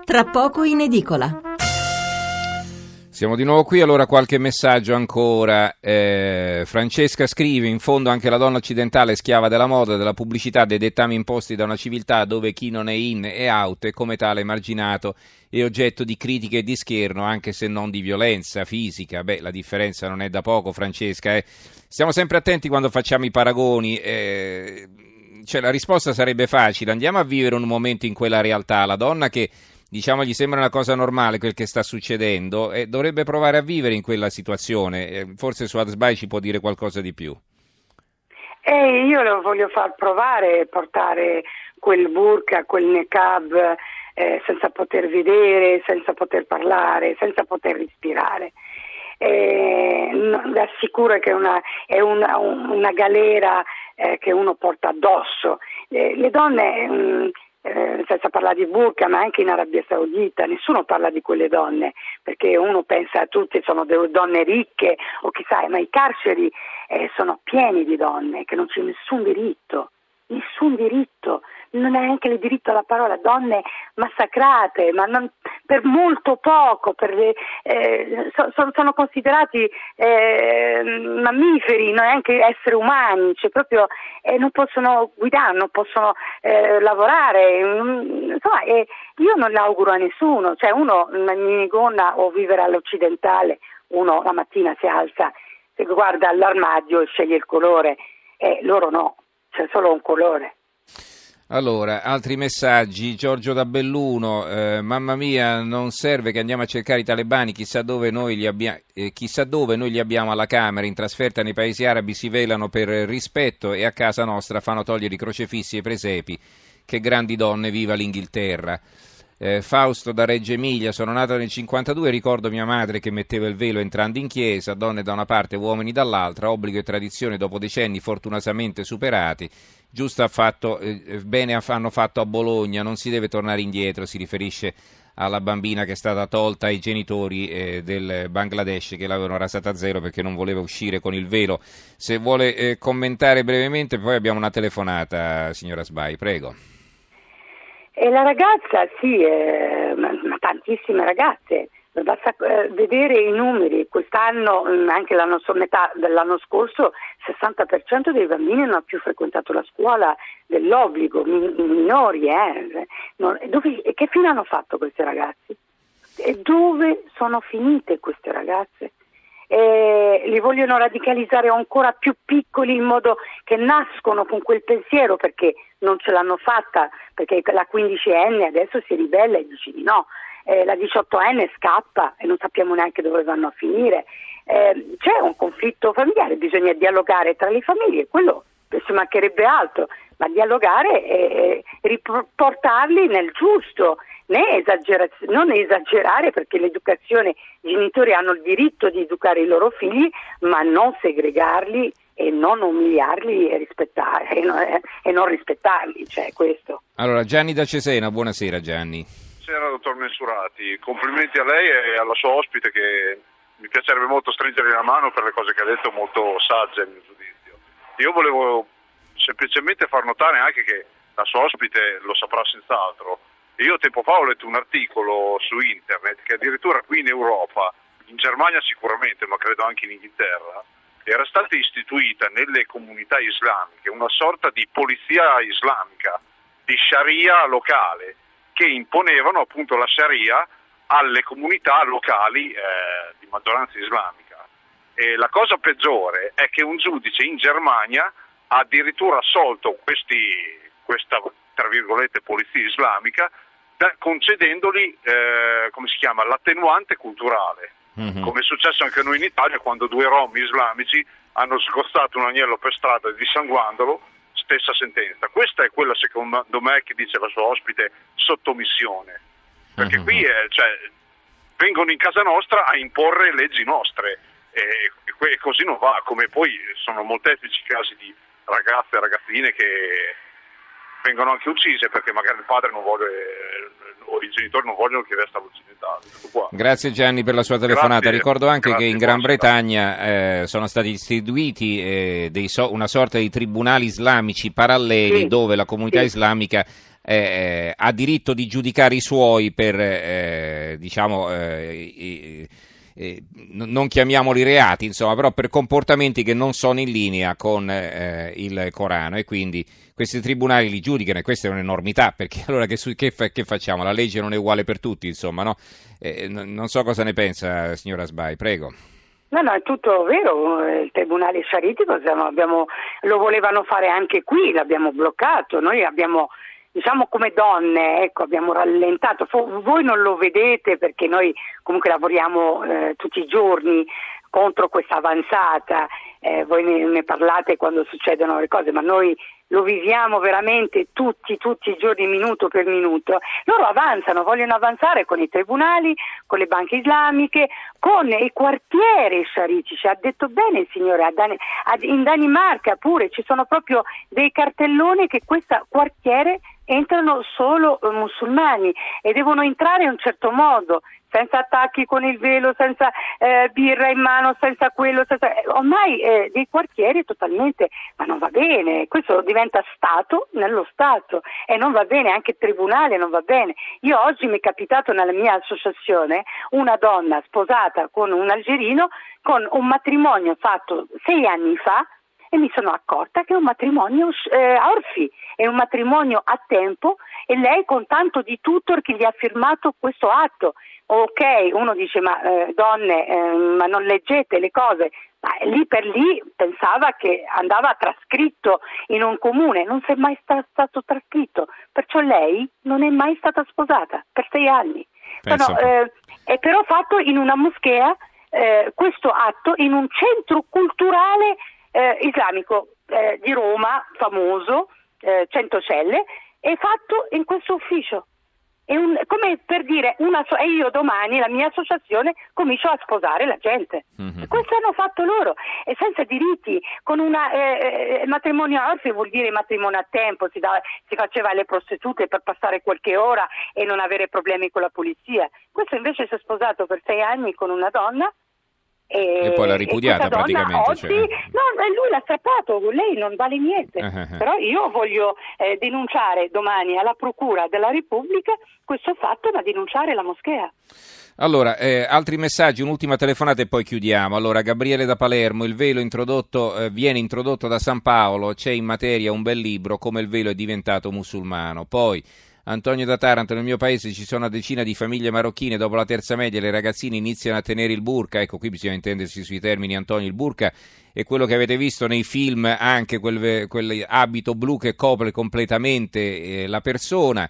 tra poco in edicola. Siamo di nuovo qui, allora qualche messaggio ancora. Francesca scrive: in fondo anche la donna occidentale è schiava della moda, della pubblicità, dei dettami imposti da una civiltà dove chi non è in è out e come tale marginato e oggetto di critiche e di scherno, anche se non di violenza fisica. Beh, la differenza non è da poco, Francesca. Stiamo sempre attenti quando facciamo i paragoni. Cioè, la risposta sarebbe facile: andiamo a vivere un momento in quella realtà. La donna che, diciamo, gli sembra una cosa normale quel che sta succedendo e dovrebbe provare a vivere in quella situazione. Forse Suad Sbai ci può dire qualcosa di più. Io lo voglio far provare, portare quel burqa, quel niqab senza poter vedere, senza poter parlare, senza poter respirare. Vi assicuro che è una galera che uno porta addosso. Le donne, senza parlare di burqa, ma anche in Arabia Saudita, nessuno parla di quelle donne, perché uno pensa a tutte sono delle donne ricche o chissà, ma i carceri sono pieni di donne che non c'è nessun diritto, non ha neanche il diritto alla parola, donne massacrate, ma non, per molto poco, sono considerati mammiferi, non neanche esseri umani, cioè proprio non possono guidare, non possono lavorare, insomma, io non l'auguro a nessuno, cioè uno, una minigonna o vivere all'occidentale, uno la mattina si alza, si guarda all'armadio e sceglie il colore, loro no, c'è solo un colore. Allora, altri messaggi. Giorgio da Belluno: mamma mia, non serve che andiamo a cercare i talebani, chissà dove noi li abbiamo alla Camera, in trasferta nei paesi arabi si velano per rispetto e a casa nostra fanno togliere i crocefissi e i presepi. Che grandi donne, viva l'Inghilterra. Fausto da Reggio Emilia: sono nato nel 52 e ricordo mia madre che metteva il velo entrando in chiesa, donne da una parte, uomini dall'altra, obbligo e tradizione dopo decenni fortunatamente superati. Giusto bene hanno fatto a Bologna, non si deve tornare indietro, si riferisce alla bambina che è stata tolta ai genitori del Bangladesh che l'avevano rasata a zero perché non voleva uscire con il velo. Se vuole commentare brevemente, poi abbiamo una telefonata, signora Sbai, prego. E la ragazza, sì, ma tantissime ragazze, basta vedere i numeri, quest'anno, anche metà dell'anno scorso, 60% dei bambini non ha più frequentato la scuola dell'obbligo, minori, che fine hanno fatto questi ragazzi? E dove sono finite queste ragazze? Li vogliono radicalizzare ancora più piccoli in modo che nascono con quel pensiero perché non ce l'hanno fatta, perché la 15enne adesso si ribella e dice di no, la 18enne scappa e non sappiamo neanche dove vanno a finire. C'è un conflitto familiare, bisogna dialogare tra le famiglie, quello ci mancherebbe altro, ma dialogare e riportarli nel giusto, non esagerare, perché l'educazione, i genitori hanno il diritto di educare i loro figli, ma non segregarli e non umiliarli e non rispettarli, cioè questo. Allora, Gianni da Cesena, buonasera Gianni. Buonasera dottor Mensurati, complimenti a lei e alla sua ospite, che mi piacerebbe molto stringergli la mano per le cose che ha detto, molto sagge a mio giudizio. Io volevo semplicemente far notare anche che la sua ospite lo saprà senz'altro. Io tempo fa ho letto un articolo su internet che addirittura qui in Europa, in Germania sicuramente, ma credo anche in Inghilterra, era stata istituita nelle comunità islamiche una sorta di polizia islamica, di sharia locale, che imponevano appunto la sharia alle comunità locali di maggioranza islamica. E la cosa peggiore è che un giudice in Germania ha addirittura assolto questa tra virgolette polizia islamica, concedendoli l'attenuante culturale, come è successo anche a noi in Italia quando due rom islamici hanno scostato un agnello per strada dissanguandolo, stessa sentenza. Questa è quella, secondo me, che dice la sua ospite, sottomissione, perché qui vengono in casa nostra a imporre leggi nostre e così non va, come poi sono molteplici casi di ragazze e ragazzine che vengono anche uccise perché magari il padre non vuole o i genitori non vogliono che resta all'occidentale. Grazie Gianni per la sua telefonata. Grazie, ricordo anche grazie, che in Gran Bretagna sono stati istituiti una sorta di tribunali islamici paralleli, sì, dove la comunità islamica ha diritto di giudicare i suoi per, non chiamiamoli reati, insomma, però per comportamenti che non sono in linea con il Corano, e quindi questi tribunali li giudicano, e questa è un'enormità, perché allora che facciamo? La legge non è uguale per tutti, insomma, no? Non so cosa ne pensa, signora Sbai, prego. No, è tutto vero, il tribunale sciaritico lo volevano fare anche qui, l'abbiamo bloccato, noi abbiamo, diciamo, come donne, ecco, abbiamo rallentato. Voi non lo vedete perché noi comunque lavoriamo tutti i giorni contro questa avanzata, voi ne parlate quando succedono le cose, ma noi lo viviamo veramente tutti i giorni, minuto per minuto. Loro avanzano, vogliono avanzare con i tribunali, con le banche islamiche, con i quartieri sciaritici. Ha detto bene il signore, in Danimarca pure ci sono proprio dei cartelloni che questo quartiere entrano solo musulmani e devono entrare in un certo modo, senza attacchi con il velo, senza birra in mano, senza quello, ormai dei quartieri totalmente, ma non va bene, questo diventa Stato nello Stato e non va bene, anche il tribunale non va bene. Io oggi mi è capitato nella mia associazione una donna sposata con un algerino con un matrimonio fatto 6 anni fa, e mi sono accorta che è un matrimonio a Orfi, è un matrimonio a tempo, e lei con tanto di tutor che gli ha firmato questo atto. Ok, uno dice ma donne, ma non leggete le cose, ma lì per lì pensava che andava trascritto in un comune, non si è mai stato trascritto, perciò lei non è mai stata sposata per 6 anni. È però fatto in una moschea, questo atto in un centro culturale islamico di Roma, famoso, 100 celle, è fatto in questo ufficio. Come per dire, e io domani la mia associazione comincio a sposare la gente. Questo hanno fatto loro, e senza diritti, con una matrimonio a Orfi vuol dire matrimonio a tempo, si faceva le prostitute per passare qualche ora e non avere problemi con la polizia. Questo invece si è sposato per 6 anni con una donna. E poi l'ha ripudiata praticamente. Oggi, no, lui l'ha strappato, lei non vale niente. Però io voglio denunciare domani alla Procura della Repubblica questo fatto, ma denunciare la moschea. Allora, altri messaggi, un'ultima telefonata e poi chiudiamo. Allora, Gabriele da Palermo, il velo viene introdotto da San Paolo, c'è in materia un bel libro, Come il velo è diventato musulmano. Poi Antonio da Taranto, nel mio paese ci sono una decina di famiglie marocchine, dopo la terza media le ragazzine iniziano a tenere il burka, ecco qui bisogna intendersi sui termini, Antonio, il burka è quello che avete visto nei film, anche quel abito blu che copre completamente la persona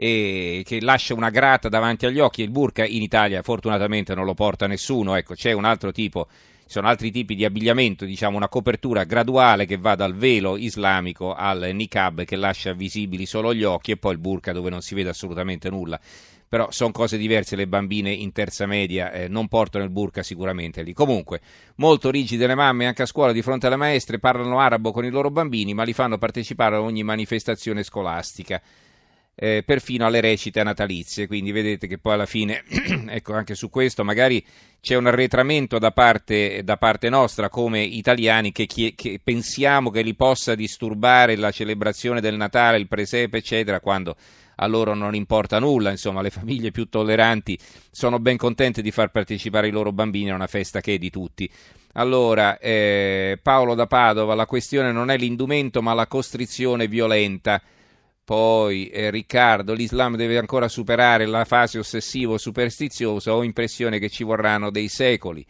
e che lascia una grata davanti agli occhi. Il burka in Italia fortunatamente non lo porta nessuno, ecco, c'è un altro tipo. Sono altri tipi di abbigliamento, diciamo una copertura graduale che va dal velo islamico al niqab che lascia visibili solo gli occhi, e poi il burka dove non si vede assolutamente nulla. Però sono cose diverse, le bambine in terza media non portano il burka sicuramente lì. Comunque, molto rigide le mamme anche a scuola di fronte alle maestre, parlano arabo con i loro bambini ma li fanno partecipare a ogni manifestazione scolastica. Perfino alle recite natalizie, quindi vedete che poi alla fine ecco, anche su questo magari c'è un arretramento da parte nostra come italiani che pensiamo che li possa disturbare la celebrazione del Natale, il presepe eccetera, quando a loro non importa nulla. Insomma, le famiglie più tolleranti sono ben contente di far partecipare i loro bambini a una festa che è di tutti. Allora, Paolo da Padova, la questione non è l'indumento ma la costrizione violenta. Poi Riccardo, l'Islam deve ancora superare la fase ossessivo-superstiziosa, ho impressione che ci vorranno dei secoli.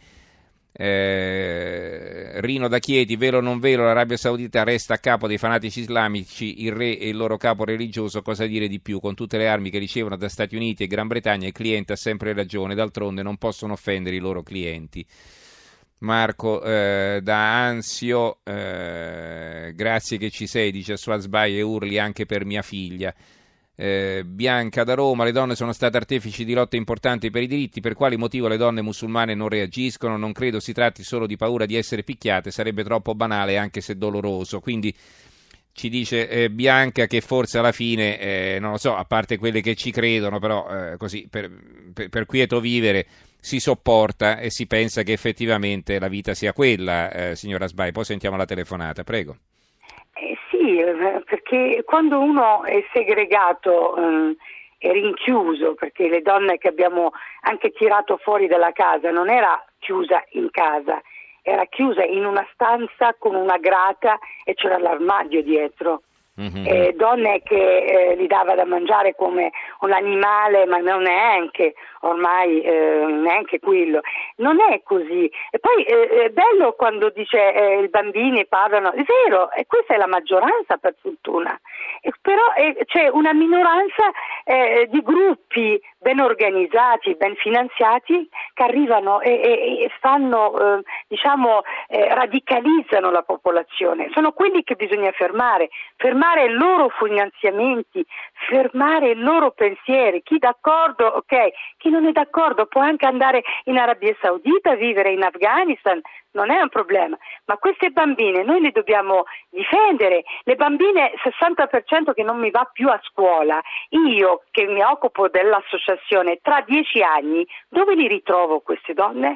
Rino da Chieti, velo o non velo, l'Arabia Saudita resta a capo dei fanatici islamici, il re e il loro capo religioso, cosa dire di più? Con tutte le armi che ricevono da Stati Uniti e Gran Bretagna il cliente ha sempre ragione, d'altronde non possono offendere i loro clienti. Marco da Ansio, grazie che ci sei, dice Swazbai, e urli anche per mia figlia. Bianca da Roma, le donne sono state artefici di lotte importanti per i diritti, per quali motivo le donne musulmane non reagiscono? Non credo si tratti solo di paura di essere picchiate, sarebbe troppo banale anche se doloroso. Quindi ci dice Bianca che forse alla fine, non lo so, a parte quelle che ci credono, però così per quieto vivere si sopporta e si pensa che effettivamente la vita sia quella, signora Sbai. Poi sentiamo la telefonata, prego. Sì, sì, perché quando uno è segregato e rinchiuso, perché le donne che abbiamo anche tirato fuori dalla casa non era chiusa in casa, era chiusa in una stanza con una grata e c'era l'armadio dietro. Donne che gli dava da mangiare come un animale, ma non neanche, ormai neanche quello, non è così. E poi è bello quando dice i bambini parlano, è vero, e questa è la maggioranza per fortuna, però c'è una minoranza di gruppi ben organizzati, ben finanziati che arrivano e fanno, radicalizzano la popolazione. Sono quelli che bisogna fermare i loro finanziamenti, fermare i loro pensieri. Chi è d'accordo, ok, chi non è d'accordo può anche andare in Arabia Saudita, vivere in Afghanistan, non è un problema, ma queste bambine noi le dobbiamo difendere. Le bambine 60% che non mi va più a scuola, io che mi occupo dell'associazione, tra 10 anni dove li ritrovo queste donne?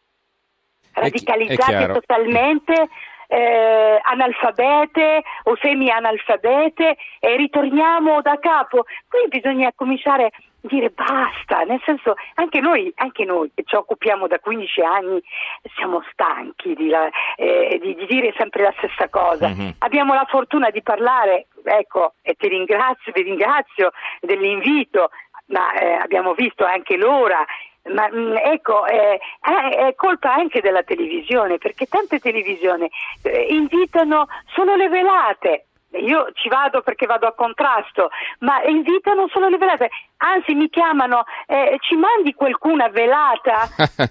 Radicalizzate totalmente, analfabete o semi-analfabete, e ritorniamo da capo. Qui bisogna cominciare a dire basta, nel senso anche noi che ci occupiamo da 15 anni siamo stanchi di dire sempre la stessa cosa. Abbiamo la fortuna di parlare, ecco, e vi ringrazio dell'invito, ma abbiamo visto anche l'ora. Ma ecco, è colpa anche della televisione, perché tante televisioni invitano solo le velate. Io ci vado perché vado a contrasto, ma invitano solo le velate, anzi mi chiamano, ci mandi qualcuna velata?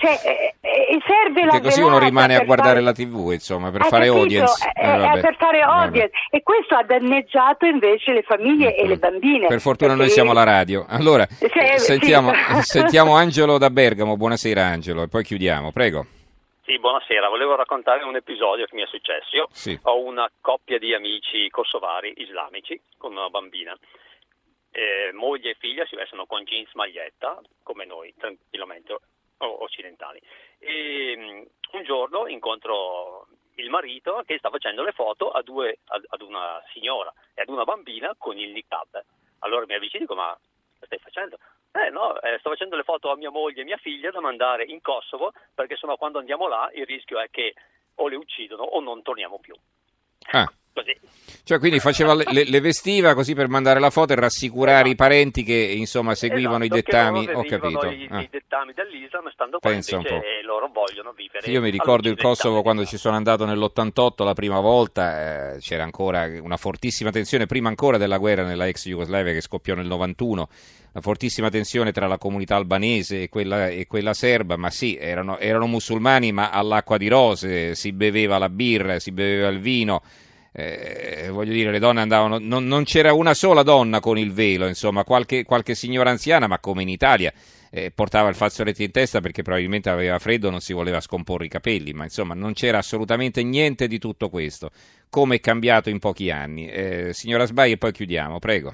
Serve la velata, così uno rimane a guardare la TV, insomma, per fare audience. Per fare audience, e questo ha danneggiato invece le famiglie e le bambine. Per fortuna noi siamo alla radio. Allora, sentiamo Angelo da Bergamo. Buonasera Angelo, e poi chiudiamo, prego. Sì, buonasera. Volevo raccontare un episodio che mi è successo. Sì. Ho una coppia di amici kosovari islamici con una bambina. Moglie e figlia si vestono con jeans maglietta, come noi, tranquillamente occidentali. E un giorno incontro il marito che sta facendo le foto ad una signora e ad una bambina con il niqab. Allora mi avvicino e dico: ma cosa stai facendo? Sto facendo le foto a mia moglie e mia figlia da mandare in Kosovo, perché sennò quando andiamo là il rischio è che o le uccidono o non torniamo più. Così. Cioè, quindi faceva le vestiva così per mandare la foto e rassicurare i parenti che insomma seguivano i dettami. Ho capito. I dettami dell'Islam, stando qua invece loro vogliono vivere. Io mi ricordo il Kosovo quando ci sono andato nell'88 la prima volta, c'era ancora una fortissima tensione, prima ancora della guerra nella ex Jugoslavia che scoppiò nel 91. Una fortissima tensione tra la comunità albanese e quella serba, ma sì, erano musulmani, ma all'acqua di rose, si beveva la birra, si beveva il vino. Voglio dire, le donne andavano, non c'era una sola donna con il velo, insomma, qualche signora anziana, ma come in Italia, portava il fazzoletto in testa perché probabilmente aveva freddo, non si voleva scomporre i capelli, ma insomma non c'era assolutamente niente di tutto questo. Come è cambiato in pochi anni. Signora Sbai, e poi chiudiamo, prego.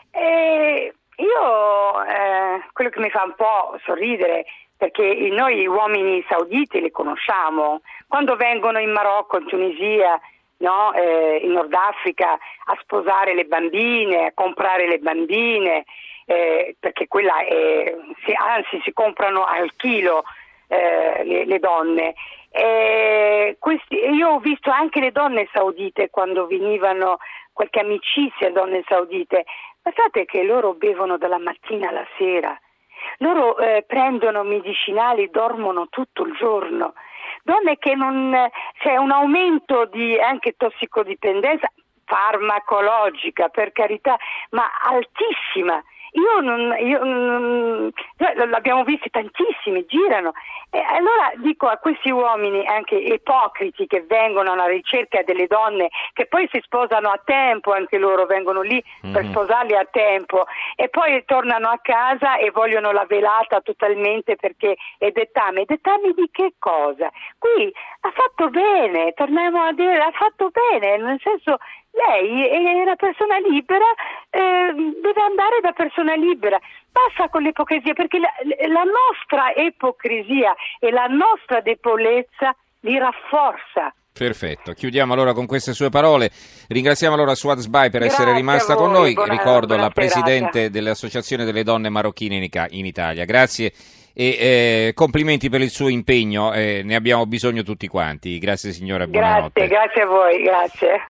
Quello che mi fa un po' sorridere, perché noi uomini sauditi li conosciamo, quando vengono in Marocco, in Tunisia, no, in Nord Africa, a sposare le bambine, a comprare le bambine, perché quella anzi si comprano al chilo le donne. Io ho visto anche le donne saudite quando venivano, qualche amicizia donne saudite, guardate che loro bevono dalla mattina alla sera, loro prendono medicinali, dormono tutto il giorno. Donne che c'è un aumento di anche tossicodipendenza farmacologica, per carità, ma altissima. L'abbiamo visti tantissimi, girano. E allora dico a questi uomini anche ipocriti che vengono alla ricerca delle donne, che poi si sposano a tempo, anche loro vengono lì per sposarli a tempo, e poi tornano a casa e vogliono la velata totalmente perché è dettame. Dettame di che cosa? Qui ha fatto bene, torniamo a dire, ha fatto bene, nel senso, lei è una persona libera, deve andare da persona libera. Basta con l'ipocrisia, perché la nostra ipocrisia e la nostra debolezza li rafforza. Perfetto, chiudiamo allora con queste sue parole. Ringraziamo allora Suad Sbai per essere rimasta con noi. Ricordo la presidente dell'Associazione delle Donne Marocchine in Italia. Grazie e complimenti per il suo impegno, ne abbiamo bisogno tutti quanti. Grazie signora, buonanotte. Grazie a voi, grazie.